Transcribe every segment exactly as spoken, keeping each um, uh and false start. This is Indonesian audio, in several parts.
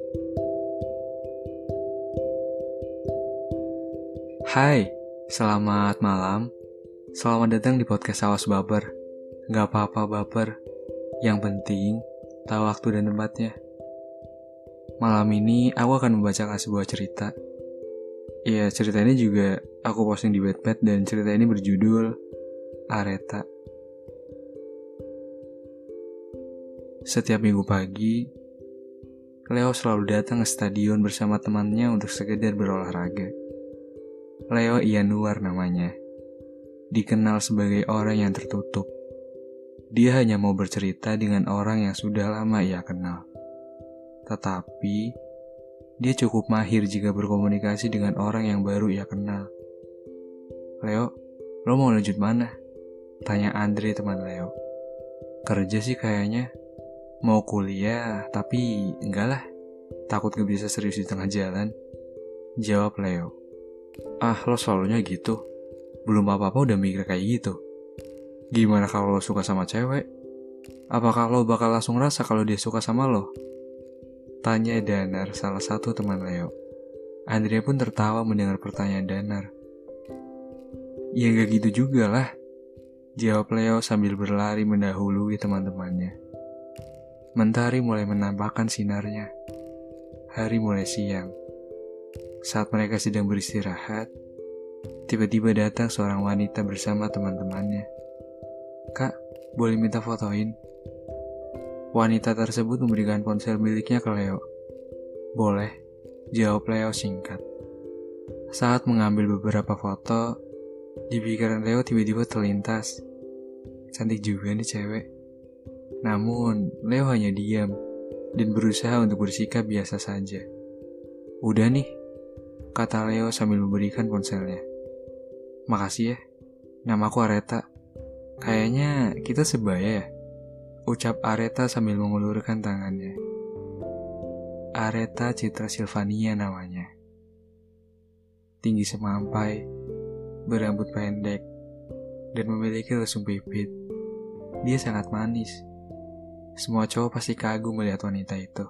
Hai, selamat malam. Selamat datang di podcast Awas Baper. Gak apa-apa baper. Yang penting, tahu waktu dan tempatnya. Malam ini aku akan membacakan sebuah cerita. Ya, cerita ini juga aku posting di Wattpad dan cerita ini berjudul Areta. Setiap minggu pagi, Leo selalu datang ke stadion bersama temannya untuk sekedar berolahraga. Leo Ianuar namanya. Dikenal sebagai orang yang tertutup. Dia hanya mau bercerita dengan orang yang sudah lama ia kenal. Tetapi, dia cukup mahir jika berkomunikasi dengan orang yang baru ia kenal. Leo, lo mau lanjut mana? Tanya Andre teman Leo. Kerja sih kayaknya. Mau kuliah, tapi enggak lah. Takut gak bisa serius di tengah jalan. Jawab Leo. Ah, lo selalunya gitu. Belum apa-apa udah mikir kayak gitu. Gimana kalau lo suka sama cewek? Apakah lo bakal langsung rasa kalau dia suka sama lo? Tanya Danar, salah satu teman Leo. Andrea pun tertawa mendengar pertanyaan Danar. Ya gak gitu juga lah. Jawab Leo sambil berlari mendahului teman-temannya. Mentari mulai menampakkan sinarnya. Hari mulai siang. Saat mereka sedang beristirahat, tiba-tiba datang seorang wanita bersama teman-temannya. Kak, boleh minta fotoin? Wanita tersebut memberikan ponsel miliknya ke Leo. Boleh, jawab Leo singkat. Saat mengambil beberapa foto, di pikiran Leo tiba-tiba terlintas. Cantik juga nih cewek. Namun, Leo hanya diam dan berusaha untuk bersikap biasa saja. Udah nih, kata Leo sambil memberikan ponselnya. Makasih ya, namaku Areta. Kayaknya kita sebaya ya, ucap Areta sambil mengulurkan tangannya. Areta Citra Silvania namanya. Tinggi semampai, berambut pendek, dan memiliki lesung pipit. Dia sangat manis. Semua cowok pasti kagum melihat wanita itu.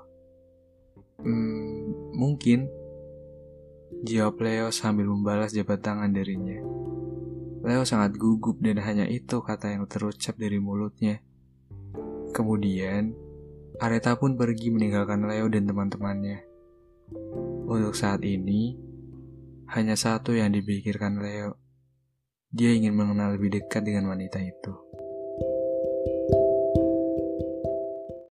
Hmm, mungkin. Jawab Leo sambil membalas jabat tangan darinya. Leo sangat gugup dan hanya itu kata yang terucap dari mulutnya. Kemudian, Areta pun pergi meninggalkan Leo dan teman-temannya. Untuk saat ini, hanya satu yang dipikirkan Leo. Dia ingin mengenal lebih dekat dengan wanita itu.